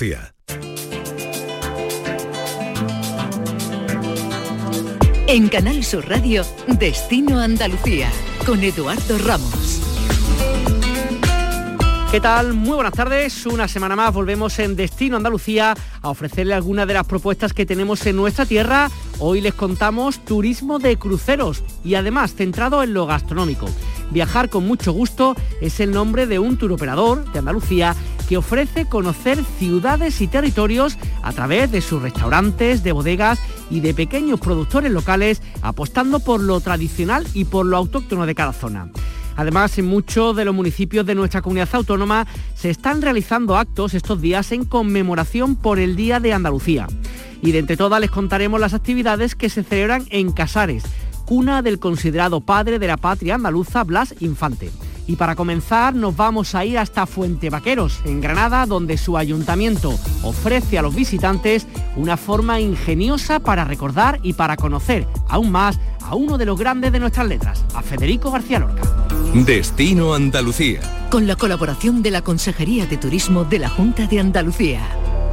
En Canal Sur Radio, Destino Andalucía, con Eduardo Ramos. ¿Qué tal? Muy buenas tardes. Una semana más volvemos en Destino Andalucía a ofrecerle algunas de las propuestas que tenemos en nuestra tierra. Hoy les contamos turismo de cruceros y además centrado en lo gastronómico. Viajar con mucho gusto es el nombre de un turoperador de Andalucía que ofrece conocer ciudades y territorios a través de sus restaurantes, de bodegas y de pequeños productores locales, apostando por lo tradicional y por lo autóctono de cada zona. Además, en muchos de los municipios de nuestra comunidad autónoma se están realizando actos estos días en conmemoración por el Día de Andalucía. Y de entre todas les contaremos las actividades que se celebran en Casares, cuna del considerado padre de la patria andaluza, Blas Infante. Y para comenzar nos vamos a ir hasta Fuentevaqueros, en Granada, donde su ayuntamiento ofrece a los visitantes una forma ingeniosa para recordar y para conocer aún más a uno de los grandes de nuestras letras, a Federico García Lorca. Destino Andalucía. Con la colaboración de la Consejería de Turismo de la Junta de Andalucía.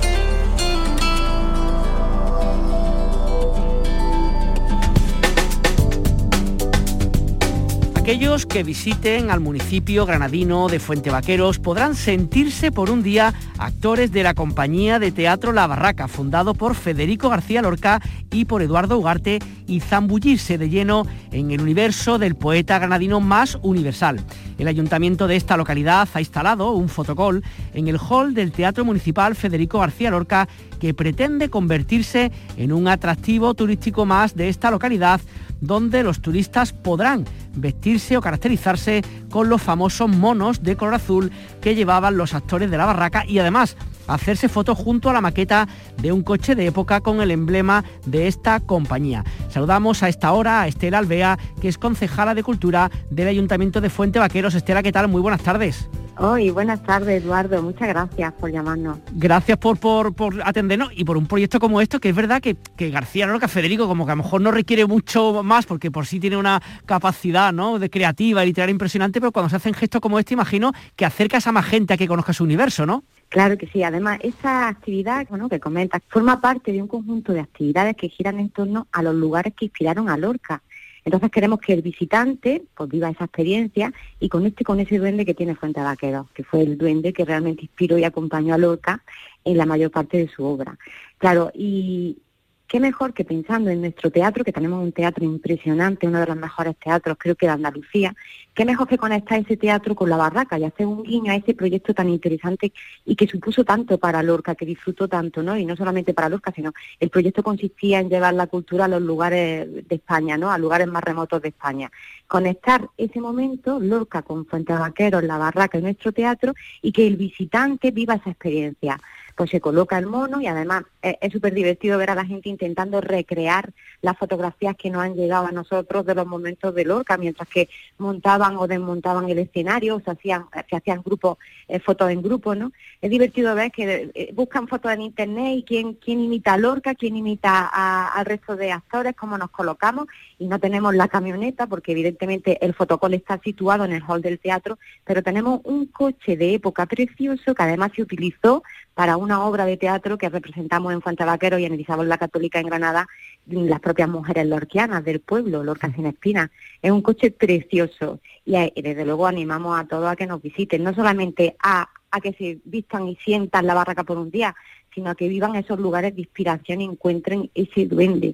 Aquellos que visiten al municipio granadino de Fuentevaqueros podrán sentirse por un día actores de la compañía de teatro La Barraca, fundado por Federico García Lorca y por Eduardo Ugarte, y zambullirse de lleno en el universo del poeta granadino más universal. El ayuntamiento de esta localidad ha instalado un fotocall en el hall del Teatro Municipal Federico García Lorca, que pretende convertirse en un atractivo turístico más de esta localidad, donde los turistas podrán vestirse o caracterizarse con los famosos monos de color azul que llevaban los actores de La Barraca y además hacerse fotos junto a la maqueta de un coche de época con el emblema de esta compañía. Saludamos a esta hora a Estela Alvea, que es concejala de Cultura del Ayuntamiento de Fuentevaqueros. Estela, ¿qué tal? Muy buenas tardes. Hoy, buenas tardes, Eduardo. Muchas gracias por llamarnos. Gracias por atendernos y por un proyecto como esto, que es verdad que García Lorca, Federico, como que a lo mejor no requiere mucho más, porque por sí tiene una capacidad, ¿no?, de creativa y literaria impresionante, pero cuando se hacen gestos como este, imagino que acercas a más gente a que conozca su universo, ¿no? Claro que sí. Además, esta actividad, que comentas, forma parte de un conjunto de actividades que giran en torno a los lugares que inspiraron a Lorca. Entonces queremos que el visitante pues viva esa experiencia y conecte con ese duende que tiene Fuentevaqueros, que fue el duende que realmente inspiró y acompañó a Lorca en la mayor parte de su obra. Claro, y qué mejor que pensando en nuestro teatro, que tenemos un teatro impresionante, uno de los mejores teatros creo que de Andalucía, qué mejor que conectar ese teatro con La Barraca y hacer un guiño a ese proyecto tan interesante y que supuso tanto para Lorca, que disfrutó tanto, ¿no? Y no solamente para Lorca, sino el proyecto consistía en llevar la cultura a los lugares de España, ¿no?, a lugares más remotos de España. Conectar ese momento, Lorca con Fuentevaqueros, La Barraca y nuestro teatro, y que el visitante viva esa experiencia. Pues se coloca el mono y además es súper divertido ver a la gente intentando recrear las fotografías que nos han llegado a nosotros de los momentos de Lorca, mientras que montaban o desmontaban el escenario, o se hacían grupos, fotos en grupo, ¿no? Es divertido ver que buscan fotos en internet y quién imita a Lorca, quién imita al resto de actores, cómo nos colocamos, y no tenemos la camioneta porque evidentemente el fotocall está situado en el hall del teatro, pero tenemos un coche de época precioso que además se utilizó para una obra de teatro que representamos en Fuentevaqueros y en Isabel Católica en Granada, las propias mujeres lorquianas del pueblo, Lorca sin espinas. Es un coche precioso y desde luego animamos a todos a que nos visiten, no solamente a que se vistan y sientan La Barraca por un día, sino a que vivan esos lugares de inspiración y encuentren ese duende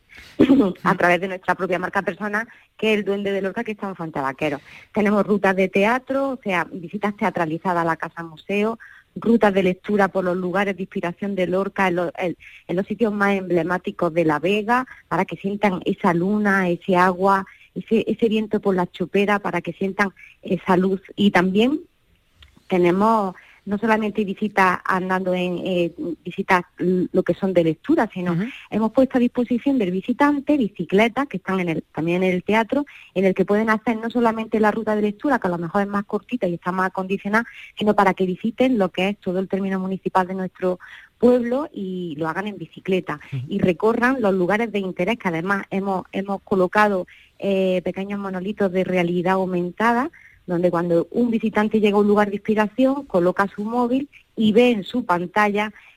a través de nuestra propia marca personal, que es el duende de Lorca, que está en Fuentevaqueros. Tenemos rutas de teatro, o sea, visitas teatralizadas a la Casa Museo, rutas de lectura por los lugares de inspiración de Lorca, en los sitios más emblemáticos de La Vega, para que sientan esa luna, ese agua, ese viento por la chopera, para que sientan esa luz. Y también tenemos no solamente visitas andando en visitas lo que son de lectura, sino hemos puesto a disposición del visitante bicicletas que están también en el teatro, en el que pueden hacer no solamente la ruta de lectura, que a lo mejor es más cortita y está más acondicionada, sino para que visiten lo que es todo el término municipal de nuestro pueblo y lo hagan en bicicleta y recorran los lugares de interés, que además hemos colocado pequeños monolitos de realidad aumentada, donde cuando un visitante llega a un lugar de inspiración, coloca su móvil y ve en su pantalla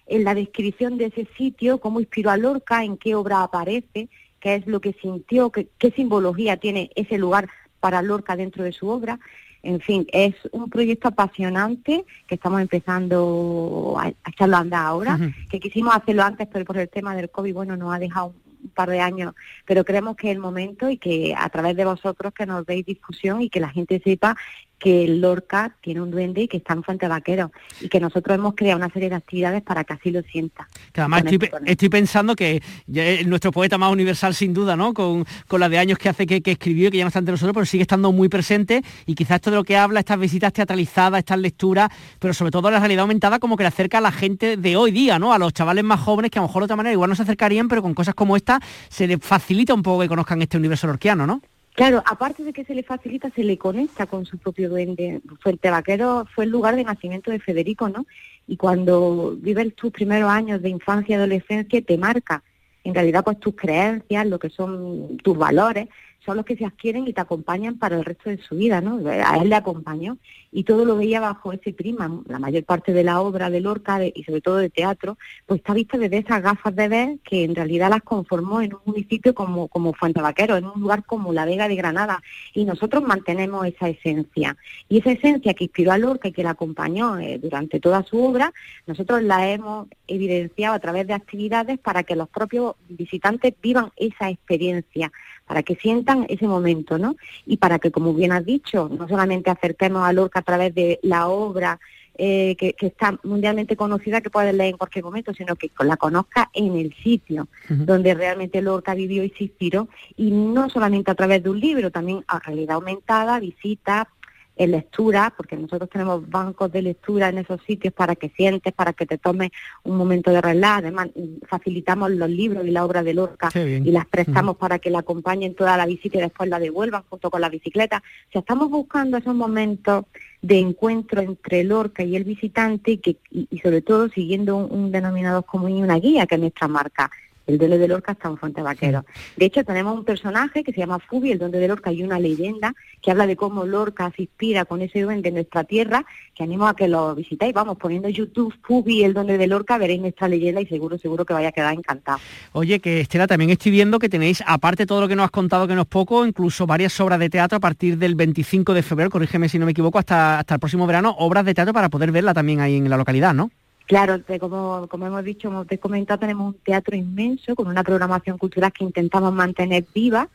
en la descripción de ese sitio, cómo inspiró a Lorca, en qué obra aparece, qué es lo que sintió, qué simbología tiene ese lugar para Lorca dentro de su obra. En fin, es un proyecto apasionante que estamos empezando a echarlo a andar ahora, que quisimos hacerlo antes, pero por el tema del COVID, nos ha dejado un par de años, pero creemos que es el momento y que a través de vosotros que nos deis difusión y que la gente sepa que Lorca tiene un duende y que está en Fuentevaqueros y que nosotros hemos creado una serie de actividades para que así lo sienta. Que además estoy pensando que nuestro poeta más universal sin duda, ¿no? Con la de años que hace que escribió y que ya no está entre nosotros, pero sigue estando muy presente y quizás esto de lo que habla, estas visitas teatralizadas, estas lecturas, pero sobre todo la realidad aumentada como que le acerca a la gente de hoy día, ¿no? A los chavales más jóvenes que a lo mejor de otra manera igual no se acercarían, pero con cosas como esta se les facilita un poco que conozcan este universo lorquiano, ¿no? Claro, aparte de que se le facilita, se le conecta con su propio duende. Fuentevaqueros fue el lugar de nacimiento de Federico, ¿no? Y cuando vives tus primeros años de infancia y adolescencia, te marca. En realidad, pues tus creencias, lo que son tus valores, son los que se adquieren y te acompañan para el resto de su vida, ¿no? A él le acompañó y todo lo veía bajo ese prisma. La mayor parte de la obra de Lorca y sobre todo de teatro, pues está vista desde esas gafas de ver que en realidad las conformó en un municipio como Fuentevaqueros, en un lugar como La Vega de Granada. Y nosotros mantenemos esa esencia. Y esa esencia que inspiró a Lorca y que la acompañó durante toda su obra, nosotros la hemos evidenciado a través de actividades para que los propios visitantes vivan esa experiencia, para que sientan ese momento, ¿no? Y para que, como bien has dicho, no solamente acerquemos a Lorca a través de la obra que está mundialmente conocida, que puedes leer en cualquier momento, sino que la conozca en el sitio donde realmente Lorca vivió y se inspiró, y no solamente a través de un libro, también a realidad aumentada, visitas, en lectura, porque nosotros tenemos bancos de lectura en esos sitios para que sientes, para que te tomes un momento de relax. Además, facilitamos los libros y la obra de Lorca y las prestamos para que la acompañen toda la visita y después la devuelvan junto con la bicicleta. O sea, estamos buscando esos momentos de encuentro entre Lorca y el visitante y sobre todo siguiendo un denominador común y una guía que es nuestra marca. El duende de Lorca está en Fuentevaqueros. De hecho, tenemos un personaje que se llama Fubi, el duende de Lorca, y una leyenda que habla de cómo Lorca se inspira con ese duende en nuestra tierra, que animo a que lo visitáis. Vamos, poniendo YouTube Fubi, el duende de Lorca, veréis nuestra leyenda y seguro que vaya a quedar encantado. Oye, que Estela, también estoy viendo que tenéis, aparte de todo lo que nos has contado, que no es poco, incluso varias obras de teatro a partir del 25 de febrero, corrígeme si no me equivoco, hasta el próximo verano, obras de teatro para poder verla también ahí en la localidad, ¿no? Claro, como hemos dicho, hemos comentado, tenemos un teatro inmenso con una programación cultural que intentamos mantener viva.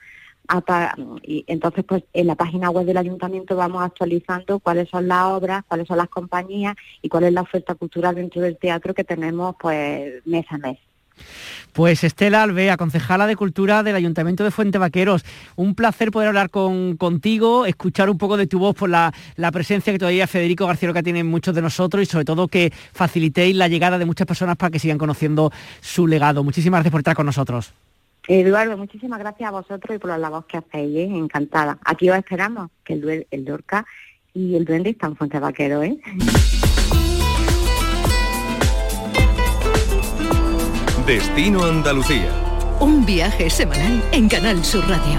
Y entonces, pues en la página web del ayuntamiento vamos actualizando cuáles son las obras, cuáles son las compañías y cuál es la oferta cultural dentro del teatro que tenemos, pues mes a mes. Pues Estela Alvea, concejala de Cultura del Ayuntamiento de Fuentevaqueros, un placer poder hablar contigo, escuchar un poco de tu voz por la presencia que todavía Federico García Lorca tiene en muchos de nosotros y sobre todo que facilitéis la llegada de muchas personas para que sigan conociendo su legado. Muchísimas gracias por estar con nosotros. Eduardo, muchísimas gracias a vosotros y por la labor que hacéis, encantada. Aquí os esperamos, que el Lorca y el duende están en Fuentevaqueros, Destino Andalucía. Un viaje semanal en Canal Sur Radio.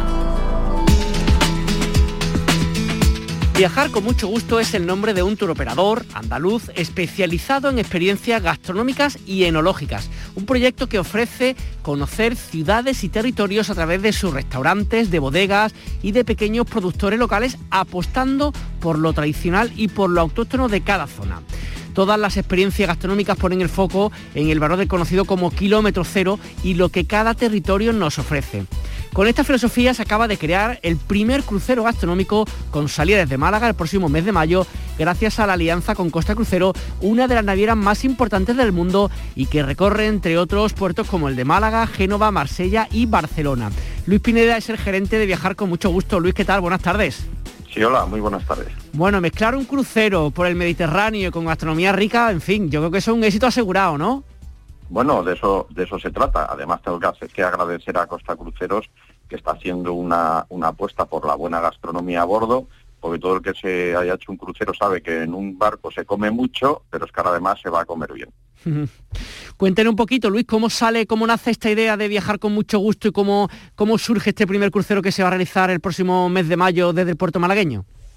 Viajar con mucho gusto es el nombre de un turoperador andaluz especializado en experiencias gastronómicas y enológicas. Un proyecto que ofrece conocer ciudades y territorios a través de sus restaurantes, de bodegas y de pequeños productores locales, apostando por lo tradicional y por lo autóctono de cada zona. Todas las experiencias gastronómicas ponen el foco en el valor del conocido como kilómetro cero y lo que cada territorio nos ofrece. Con esta filosofía se acaba de crear el primer crucero gastronómico con salida desde Málaga el próximo mes de mayo, gracias a la alianza con Costa Crucero, una de las navieras más importantes del mundo y que recorre entre otros puertos como el de Málaga, Génova, Marsella y Barcelona. Luis Pineda es el gerente de Viajar con Mucho Gusto. Luis, ¿qué tal? Buenas tardes. Sí, hola, muy buenas tardes. Bueno, mezclar un crucero por el Mediterráneo con gastronomía rica, en fin, yo creo que eso es un éxito asegurado, ¿no? Bueno, de eso se trata. Además, tengo que agradecer a Costa Cruceros, que está haciendo una apuesta por la buena gastronomía a bordo, porque todo el que se haya hecho un crucero sabe que en un barco se come mucho, pero es que ahora además se va a comer bien. Cuéntenos un poquito, Luis, cómo nace esta idea de Viajar con Mucho Gusto y cómo surge este primer crucero que se va a realizar el próximo mes de mayo desde el puerto malagueño.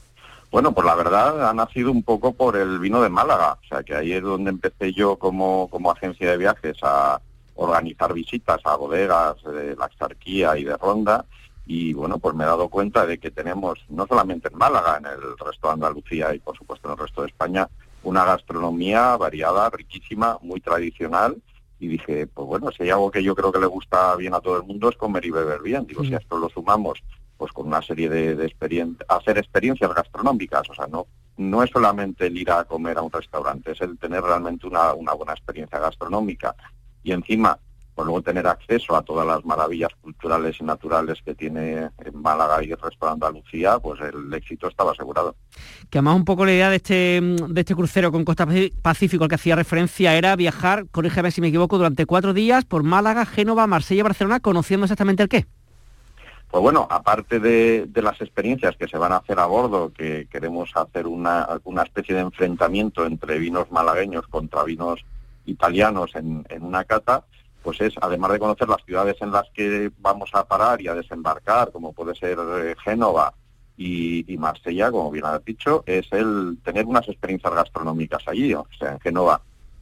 Bueno, pues la verdad ha nacido un poco por el vino de Málaga, o sea que ahí es donde empecé yo como agencia de viajes a organizar visitas a bodegas de la Axarquía y de Ronda, y bueno, pues me he dado cuenta de que tenemos, no solamente en Málaga, en el resto de Andalucía y por supuesto en el resto de España, una gastronomía variada, riquísima, muy tradicional, y dije, pues bueno, si hay algo que yo creo que le gusta bien a todo el mundo es comer y beber bien. Digo, si a esto lo sumamos pues con una serie de hacer experiencias gastronómicas, o sea, no es solamente el ir a comer a un restaurante, es el tener realmente una buena experiencia gastronómica, y encima pues luego tener acceso a todas las maravillas culturales y naturales que tiene en Málaga y el resto de Andalucía, pues el éxito estaba asegurado. Que además un poco la idea de este crucero con Costa Pacífico al que hacía referencia era viajar, corrígeme si me equivoco, durante 4 días por Málaga, Génova, Marsella y Barcelona, conociendo exactamente el qué. Pues bueno, aparte de las experiencias que se van a hacer a bordo, que queremos hacer una especie de enfrentamiento entre vinos malagueños contra vinos italianos en una cata, pues es, además de conocer las ciudades en las que vamos a parar y a desembarcar, como puede ser Génova y Marsella, como bien has dicho, es el tener unas experiencias gastronómicas allí. O sea, en Génova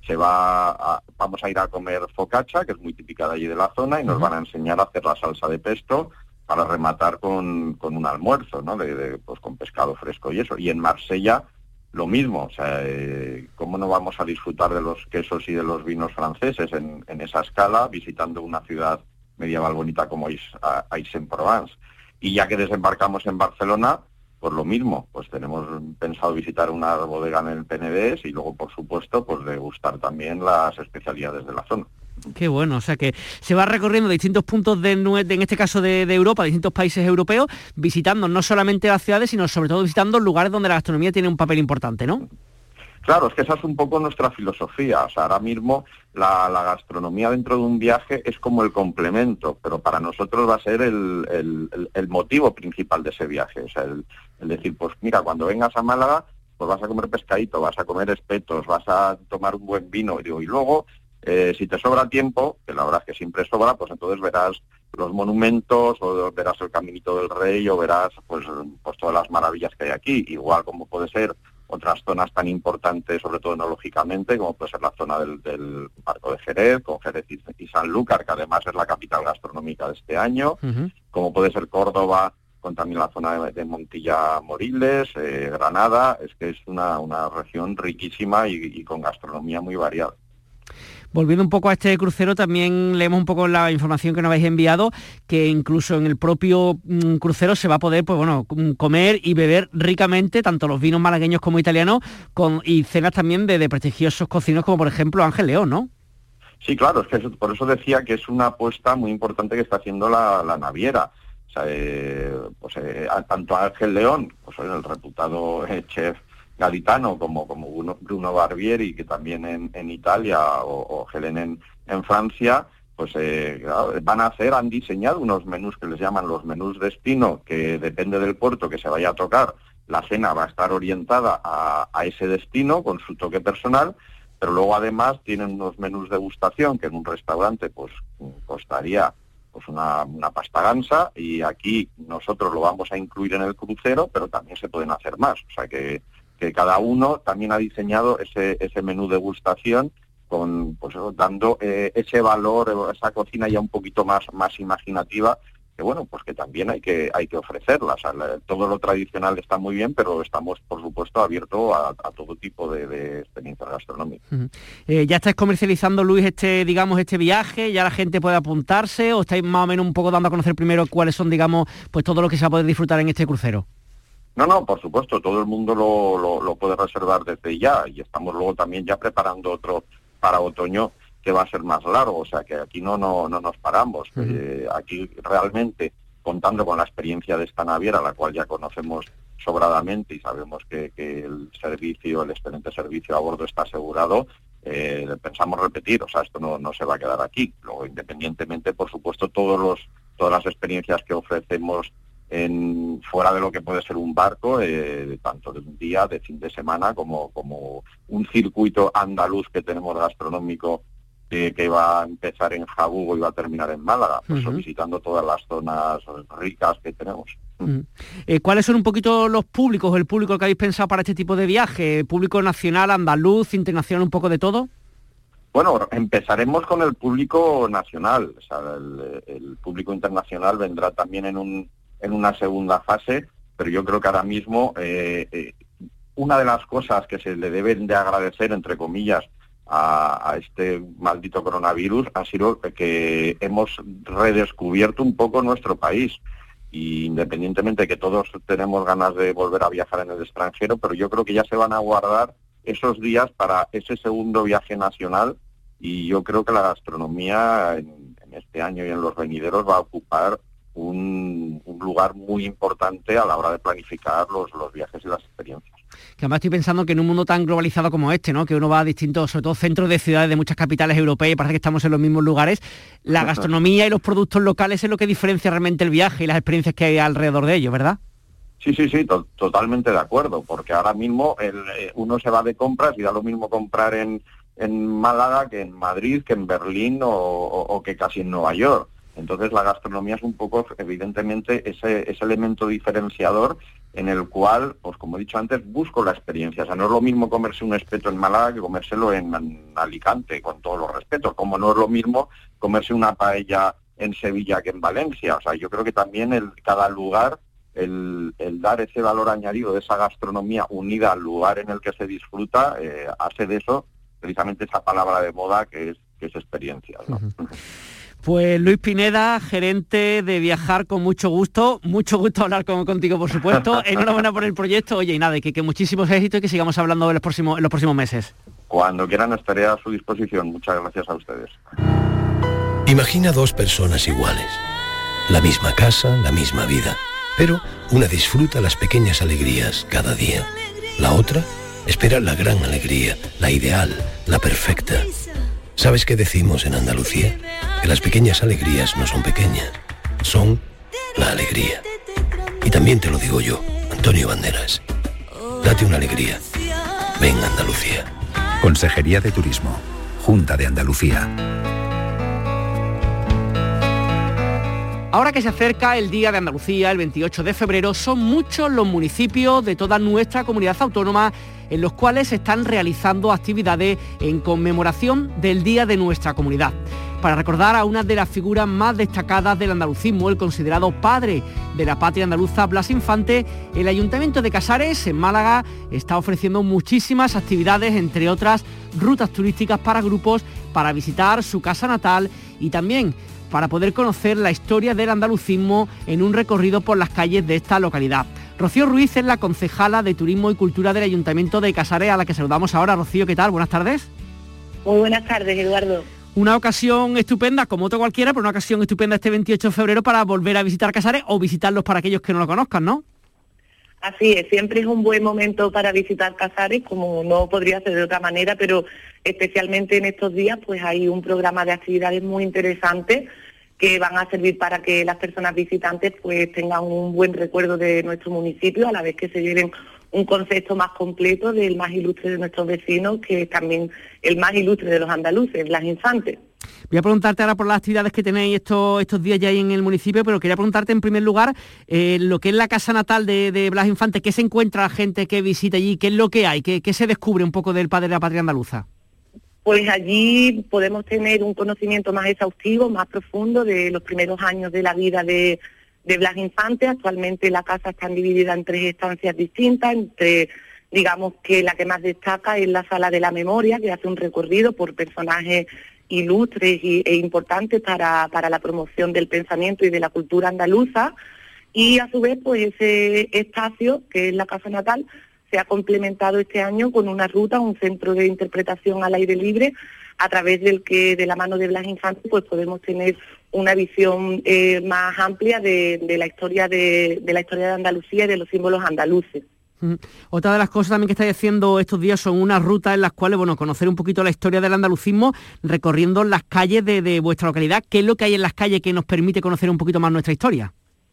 vamos a ir a comer focaccia, que es muy típica de allí de la zona, y nos van a enseñar a hacer la salsa de pesto para rematar con un almuerzo, ¿no? Pues con pescado fresco y eso. Y en Marsella lo mismo, o sea, ¿cómo no vamos a disfrutar de los quesos y de los vinos franceses en esa escala, visitando una ciudad medieval bonita como Aix-en-Provence? Y ya que desembarcamos en Barcelona, pues lo mismo, pues tenemos pensado visitar una bodega en el Penedès y luego, por supuesto, pues degustar también las especialidades de la zona. Qué bueno, o sea que se va recorriendo distintos puntos en este caso de Europa, distintos países europeos, visitando no solamente las ciudades, sino sobre todo visitando lugares donde la gastronomía tiene un papel importante, ¿no? Claro, es que esa es un poco nuestra filosofía. O sea, ahora mismo la gastronomía dentro de un viaje es como el complemento, pero para nosotros va a ser el motivo principal de ese viaje. O sea, el decir, pues mira, cuando vengas a Málaga, pues vas a comer pescadito, vas a comer espetos, vas a tomar un buen vino, y luego, si te sobra tiempo, que la verdad es que siempre sobra, pues entonces verás los monumentos, o verás el Caminito del Rey, o verás pues todas las maravillas que hay aquí, igual como puede ser otras zonas tan importantes, sobre todo enológicamente, como puede ser la zona del Parco de Jerez, con Jerez y Sanlúcar, que además es la capital gastronómica de este año, como puede ser Córdoba, con también la zona de Montilla Moriles, Granada. Es que es una región riquísima y con gastronomía muy variada. Volviendo un poco a este crucero, también leemos un poco la información que nos habéis enviado, que incluso en el propio crucero se va a poder, pues bueno, comer y beber ricamente, tanto los vinos malagueños como italianos, y cenas también de prestigiosos cocineros como por ejemplo Ángel León, ¿no? Sí, claro, es que por eso decía que es una apuesta muy importante que está haciendo la naviera. O sea, tanto Ángel León, pues el reputado chef gaditano, como Bruno Barbieri, que también en Italia, o Hélène en Francia, pues han diseñado unos menús que les llaman los menús destino, que depende del puerto que se vaya a tocar, la cena va a estar orientada a ese destino con su toque personal, pero luego además tienen unos menús de degustación que en un restaurante pues costaría pues una pasta gansa, y aquí nosotros lo vamos a incluir en el crucero, pero también se pueden hacer más. O sea que cada uno también ha diseñado ese menú de degustación con, pues, dando ese valor, esa cocina ya un poquito más imaginativa, que bueno, pues que también hay que ofrecerla. O sea, todo lo tradicional está muy bien, pero estamos, por supuesto, abiertos a todo tipo de experiencias gastronómicas. ¿Ya estáis comercializando, Luis, este viaje? ¿Ya la gente puede apuntarse? ¿O estáis más o menos un poco dando a conocer primero cuáles son, digamos, pues todo lo que se va a poder disfrutar en este crucero? No, por supuesto, todo el mundo lo puede reservar desde ya, y estamos luego también ya preparando otro para otoño que va a ser más largo. O sea que aquí no nos paramos. Aquí realmente, contando con la experiencia de esta naviera, la cual ya conocemos sobradamente y sabemos que el excelente servicio a bordo está asegurado, pensamos repetir. O sea, esto no se va a quedar aquí. Luego, independientemente, por supuesto, todas las experiencias que ofrecemos fuera de lo que puede ser un barco, tanto de un día, de fin de semana, como un circuito andaluz que tenemos gastronómico, que va a empezar en Jabugo y va a terminar en Málaga, pues visitando todas las zonas ricas que tenemos. ¿Cuáles son un poquito los públicos o el público que habéis pensado para este tipo de viaje? ¿Público nacional, andaluz, internacional, un poco de todo? Bueno, empezaremos con el público nacional. O sea, el público internacional vendrá también en una segunda fase, pero yo creo que ahora mismo una de las cosas que se le deben de agradecer, entre comillas, a este maldito coronavirus ha sido que hemos redescubierto un poco nuestro país. Y independientemente de que todos tenemos ganas de volver a viajar en el extranjero, pero yo creo que ya se van a guardar esos días para ese segundo viaje nacional, y yo creo que la gastronomía en este año y en los venideros va a ocupar un lugar muy importante a la hora de planificar los viajes y las experiencias. Que además estoy pensando que en un mundo tan globalizado como este, ¿no?, que uno va a distintos, sobre todo centros de ciudades de muchas capitales europeas y parece que estamos en los mismos lugares, la gastronomía y los productos locales es lo que diferencia realmente el viaje y las experiencias que hay alrededor de ellos, ¿verdad? Sí, totalmente de acuerdo, porque ahora mismo uno se va de compras y da lo mismo comprar en Málaga que en Madrid, que en Berlín o que casi en Nueva York. Entonces la gastronomía es un poco, evidentemente, ese elemento diferenciador en el cual, pues como he dicho antes, busco la experiencia. O sea, no es lo mismo comerse un espeto en Málaga que comérselo en Alicante, con todos los respetos, como no es lo mismo comerse una paella en Sevilla que en Valencia. O sea, yo creo que también cada lugar, el dar ese valor añadido de esa gastronomía unida al lugar en el que se disfruta, hace de eso precisamente esa palabra de moda que es experiencia, ¿no? Pues Luis Pineda, gerente de Viajar con Mucho Gusto hablar contigo, por supuesto. Enhorabuena por el proyecto. Oye, y nada, que muchísimos éxitos y que sigamos hablando en los próximos meses. Cuando quieran estaré a su disposición. Muchas gracias a ustedes. Imagina dos personas iguales, la misma casa, la misma vida, pero una disfruta las pequeñas alegrías cada día, la otra espera la gran alegría, la ideal, la perfecta. ¿Sabes qué decimos en Andalucía? Que las pequeñas alegrías no son pequeñas, son la alegría. Y también te lo digo yo, Antonio Banderas. Date una alegría. Ven Andalucía. Consejería de Turismo, Junta de Andalucía. Ahora que se acerca el Día de Andalucía, el 28 de febrero, son muchos los municipios de toda nuestra comunidad autónoma en los cuales se están realizando actividades en conmemoración del Día de nuestra comunidad. Para recordar a una de las figuras más destacadas del andalucismo, el considerado padre de la patria andaluza, Blas Infante, el Ayuntamiento de Casares, en Málaga, está ofreciendo muchísimas actividades, entre otras rutas turísticas para grupos, para visitar su casa natal y también para poder conocer la historia del andalucismo en un recorrido por las calles de esta localidad. Rocío Ruiz es la concejala de Turismo y Cultura del Ayuntamiento de Casares, a la que saludamos ahora. Rocío, ¿qué tal? Buenas tardes. Muy buenas tardes, Eduardo. Una ocasión estupenda, como otro cualquiera, pero una ocasión estupenda este 28 de febrero para volver a visitar Casares o visitarlos para aquellos que no lo conozcan, ¿no? Así es, siempre es un buen momento para visitar Casares, como no podría ser de otra manera, pero especialmente en estos días pues hay un programa de actividades muy interesantes que van a servir para que las personas visitantes pues tengan un buen recuerdo de nuestro municipio, a la vez que se lleven un concepto más completo del más ilustre de nuestros vecinos, que es también el más ilustre de los andaluces, Blas Infante. Voy a preguntarte ahora por las actividades que tenéis estos días ya ahí en el municipio, pero quería preguntarte en primer lugar lo que es la casa natal de Blas Infante, ¿qué se encuentra la gente que visita allí? ¿Qué es lo que hay? ¿Qué se descubre un poco del padre de la patria andaluza? Pues allí podemos tener un conocimiento más exhaustivo, más profundo de los primeros años de la vida de Blas Infante. Actualmente la casa está dividida en 3 estancias distintas, digamos que la que más destaca es la Sala de la Memoria, que hace un recorrido por personajes ilustres e importantes para la promoción del pensamiento y de la cultura andaluza, y a su vez pues ese espacio, que es la casa natal, se ha complementado este año con una ruta, un centro de interpretación al aire libre, a través del que de la mano de Blas Infante pues podemos tener una visión más amplia de la historia de la historia de Andalucía y de los símbolos andaluces. Otra de las cosas también que estáis haciendo estos días son unas rutas en las cuales, conocer un poquito la historia del andalucismo, recorriendo las calles de vuestra localidad. ¿Qué es lo que hay en las calles que nos permite conocer un poquito más nuestra historia?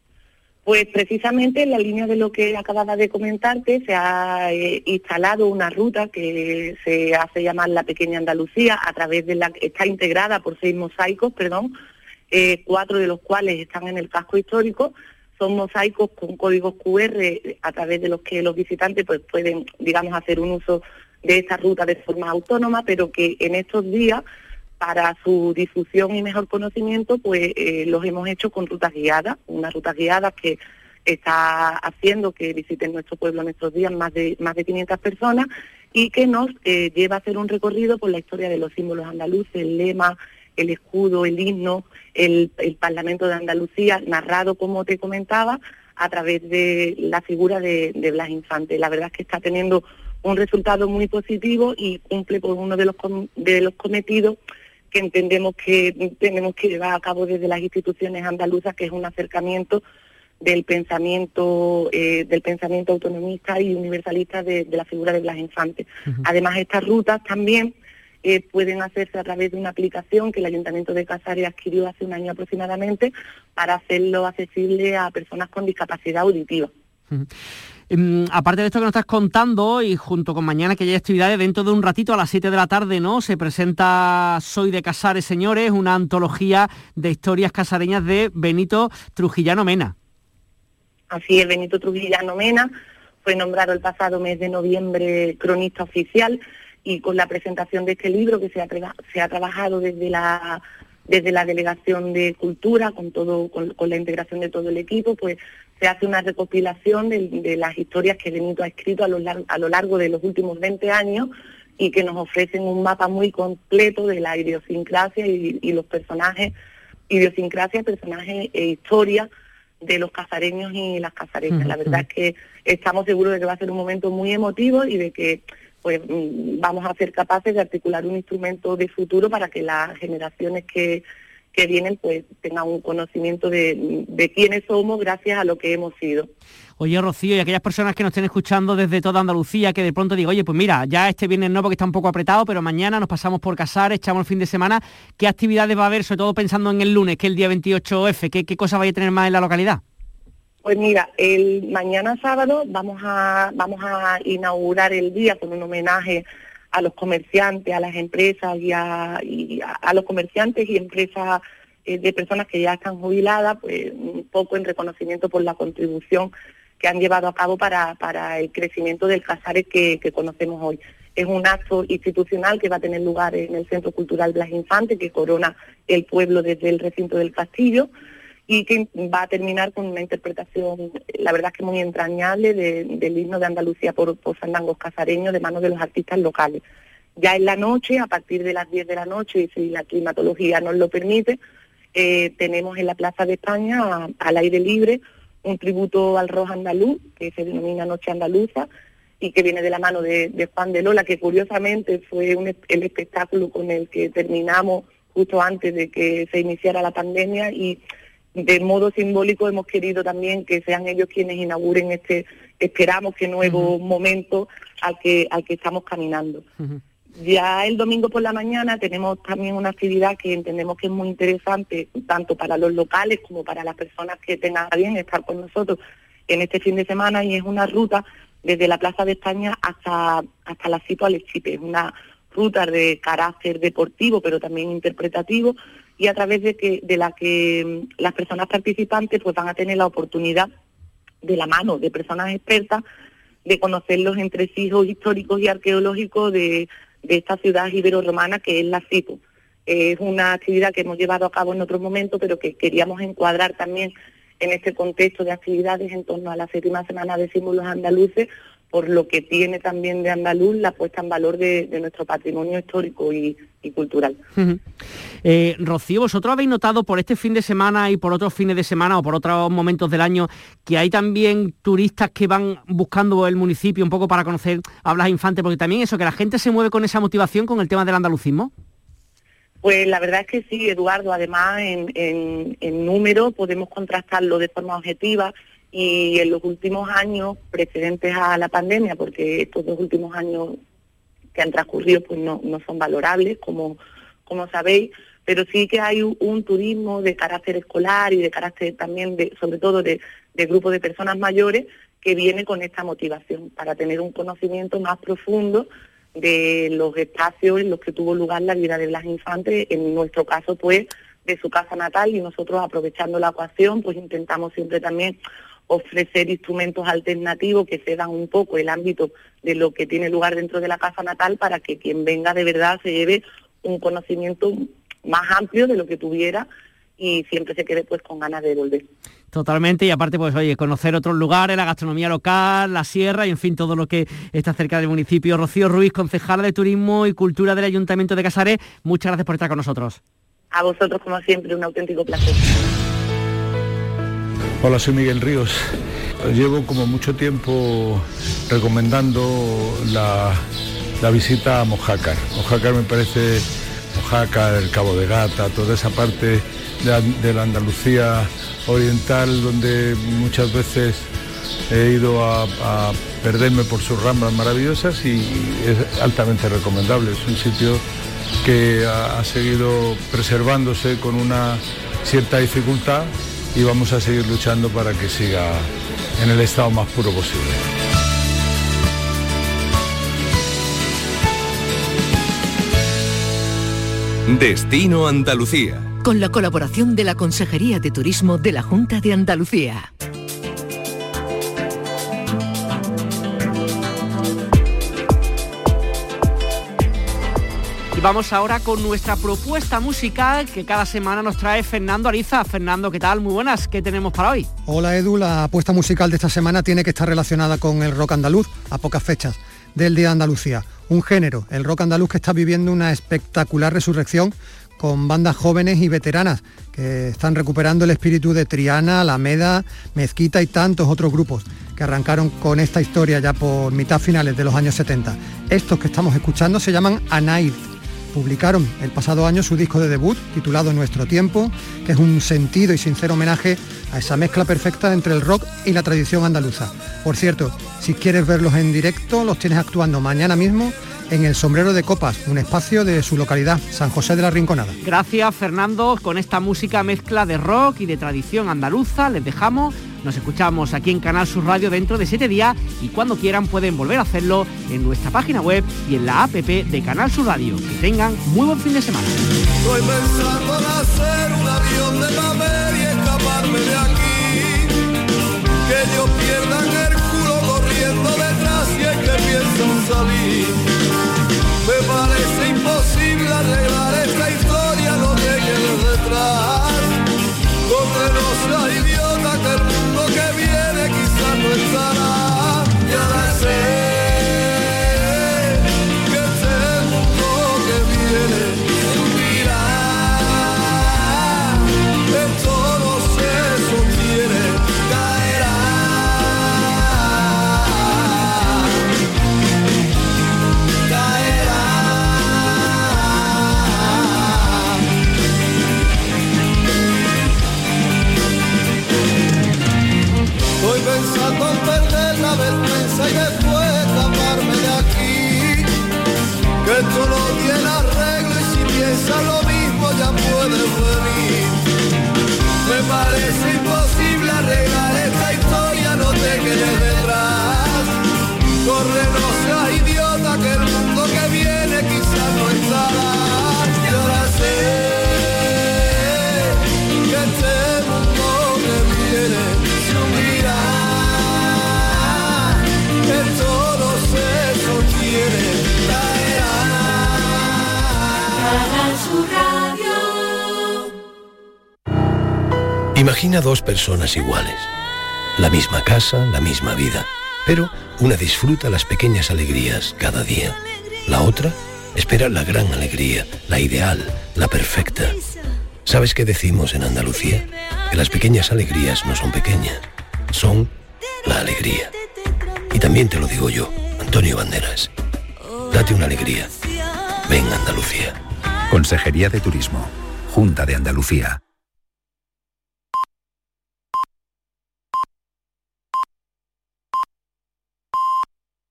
Pues precisamente en la línea de lo que acababa de comentarte, se ha instalado una ruta que se hace llamar la Pequeña Andalucía, a través de la que está integrada por 6 mosaicos, 4 de los cuales están en el casco histórico, son mosaicos con códigos QR a través de los que los visitantes pues pueden, digamos, hacer un uso de esta ruta de forma autónoma, pero que en estos días, para su difusión y mejor conocimiento, pues los hemos hecho con rutas guiadas, unas rutas guiadas que está haciendo que visiten nuestro pueblo en estos días más de 500 personas y que nos lleva a hacer un recorrido por la historia de los símbolos andaluces, el lema, el escudo, el himno, el Parlamento de Andalucía, narrado, como te comentaba, a través de la figura de Blas Infante. La verdad es que está teniendo un resultado muy positivo y cumple con uno de los cometidos que entendemos que tenemos que llevar a cabo desde las instituciones andaluzas, que es un acercamiento del pensamiento autonomista y universalista de la figura de Blas Infante. Uh-huh. Además, estas rutas también pueden hacerse a través de una aplicación que el Ayuntamiento de Casares adquirió hace un año aproximadamente para hacerlo accesible a personas con discapacidad auditiva. Uh-huh. Aparte de esto que nos estás contando, y junto con mañana que ya hay actividades, dentro de un ratito a las 7 de la tarde, ¿no?, se presenta Soy de Casares, señores, una antología de historias casareñas de Benito Trujillano Mena. Así es, Benito Trujillano Mena fue nombrado el pasado mes de noviembre cronista oficial, y con la presentación de este libro que se ha trabajado desde la Delegación de Cultura, con la integración de todo el equipo, pues se hace una recopilación de las historias que Benito ha escrito a lo largo de los últimos 20 años y que nos ofrecen un mapa muy completo de la idiosincrasia y los personajes, personajes e historias de los casareños y las casareñas. La verdad es que estamos seguros de que va a ser un momento muy emotivo y de que pues vamos a ser capaces de articular un instrumento de futuro para que las generaciones que vienen pues tengan un conocimiento de quiénes somos gracias a lo que hemos sido. Oye, Rocío, y aquellas personas que nos estén escuchando desde toda Andalucía, que de pronto digo, oye, pues mira, ya este viernes no porque está un poco apretado, pero mañana nos pasamos por Casares, echamos el fin de semana, ¿qué actividades va a haber, sobre todo pensando en el lunes, que es el día 28F? ¿Qué cosas vais a tener más en la localidad? Pues mira, el mañana sábado vamos a inaugurar el día con un homenaje a los comerciantes, a las empresas y a los comerciantes y empresas de personas que ya están jubiladas, pues un poco en reconocimiento por la contribución que han llevado a cabo para el crecimiento del Casares que conocemos hoy. Es un acto institucional que va a tener lugar en el Centro Cultural Blas Infante, que corona el pueblo desde el recinto del castillo, y que va a terminar con una interpretación, la verdad es que muy entrañable, del himno de Andalucía por fandangos casareños de manos de los artistas locales. Ya en la noche, a partir de las 10 de la noche, y si la climatología nos lo permite, tenemos en la Plaza de España, al aire libre, un tributo al rock andaluz, que se denomina Noche Andaluza, y que viene de la mano de Juan de Lola, que curiosamente fue el espectáculo con el que terminamos justo antes de que se iniciara la pandemia, y de modo simbólico hemos querido también que sean ellos quienes inauguren esperamos que nuevo momento al que estamos caminando. Ya el domingo por la mañana tenemos también una actividad que entendemos que es muy interesante, tanto para los locales como para las personas que tengan a bien estar con nosotros en este fin de semana, y es una ruta desde la Plaza de España hasta la Cito Alechipe. Es una ruta de carácter deportivo, pero también interpretativo, y a través de la que las personas participantes pues van a tener la oportunidad, de la mano de personas expertas, de conocer los entresijos históricos y arqueológicos de esta ciudad ibero-romana que es la Cito. Es una actividad que hemos llevado a cabo en otros momentos, pero que queríamos encuadrar también en este contexto de actividades en torno a la 7ª Semana de Símbolos Andaluces, por lo que tiene también de andaluz la puesta en valor de nuestro patrimonio histórico y cultural. Rocío, ¿vosotros habéis notado por este fin de semana y por otros fines de semana o por otros momentos del año que hay también turistas que van buscando el municipio un poco para conocer a Blas Infante? Porque también eso, que la gente se mueve con esa motivación con el tema del andalucismo. Pues la verdad es que sí, Eduardo. Además, en número podemos contrastarlo de forma objetiva. Y en los últimos años precedentes a la pandemia, porque estos 2 últimos años que han transcurrido pues no son valorables, como sabéis, pero sí que hay un turismo de carácter escolar y de carácter también, sobre todo de grupos de personas mayores, que viene con esta motivación, para tener un conocimiento más profundo de los espacios en los que tuvo lugar la vida de Blas Infante, en nuestro caso pues su casa natal, y nosotros, aprovechando la ocasión, pues intentamos siempre también ofrecer instrumentos alternativos que cedan un poco el ámbito de lo que tiene lugar dentro de la casa natal, para que quien venga de verdad se lleve un conocimiento más amplio de lo que tuviera y siempre se quede pues con ganas de volver. Totalmente, y aparte, pues oye, conocer otros lugares, la gastronomía local, la sierra y en fin, todo lo que está cerca del municipio. Rocío Ruiz, concejala de Turismo y Cultura del Ayuntamiento de Casares, muchas gracias por estar con nosotros. A vosotros, como siempre, un auténtico placer. Hola, soy Miguel Ríos. Llevo como mucho tiempo recomendando la visita a Mojácar. Mojácar me parece, Mojácar, el Cabo de Gata, toda esa parte de la Andalucía oriental, donde muchas veces he ido a perderme por sus ramblas maravillosas, y es altamente recomendable. Es un sitio que ha seguido preservándose con una cierta dificultad, y vamos a seguir luchando para que siga en el estado más puro posible. Destino Andalucía. Con la colaboración de la Consejería de Turismo de la Junta de Andalucía. Y vamos ahora con nuestra propuesta musical que cada semana nos trae Fernando Ariza. Fernando, ¿qué tal? Muy buenas, ¿qué tenemos para hoy? Hola Edu, la apuesta musical de esta semana tiene que estar relacionada con el rock andaluz, a pocas fechas del Día de Andalucía. Un género, el rock andaluz, que está viviendo una espectacular resurrección con bandas jóvenes y veteranas que están recuperando el espíritu de Triana, Alameda, Mezquita y tantos otros grupos que arrancaron con esta historia ya por mitad finales de los años 70. Estos que estamos escuchando se llaman Anaid. Publicaron el pasado año su disco de debut, titulado Nuestro Tiempo, que es un sentido y sincero homenaje a esa mezcla perfecta entre el rock y la tradición andaluza. Por cierto, si quieres verlos en directo, los tienes actuando mañana mismo en el Sombrero de Copas, un espacio de su localidad, San José de la Rinconada. Gracias, Fernando. Con esta música mezcla de rock y de tradición andaluza les dejamos. Nos escuchamos aquí en Canal Sur Radio dentro de 7 días, y cuando quieran pueden volver a hacerlo en nuestra página web y en la app de Canal Sur Radio. Que tengan muy buen fin de semana. Estoy pensando en hacer un avión de papel y escaparme de aquí, que ellos pierdan el culo corriendo detrás y es que piensan salir. Me parece imposible arreglar esta historia, no te quedes detrás. Corre, no sea idiota, que el mundo que viene quizás no estará. Y ahora sé que este mundo que viene se hundirá. Esto no se sostiene, caerá. Estoy pensando en perder la vergüenza y después escaparme de aquí, que esto no tiene arreglo y si piensas lo mismo ya puedes venir. Me parece imposible arreglar esta historia, no te quedes detrás. Corre, no seas idiota, que el mundo que viene quizás no estará. Y ahora sé que este mundo que viene se hundirá. Esto no se sostiene, caerá. Canal Sur Radio. Imagina dos personas iguales. La misma casa, la misma vida. Pero una disfruta las pequeñas alegrías cada día. La otra espera la gran alegría, la ideal, la perfecta. ¿Sabes qué decimos en Andalucía? Que las pequeñas alegrías no son pequeñas, son la alegría. Y también te lo digo yo, Antonio Banderas. Date una alegría. Ven, Andalucía. Consejería de Turismo, Junta de Andalucía.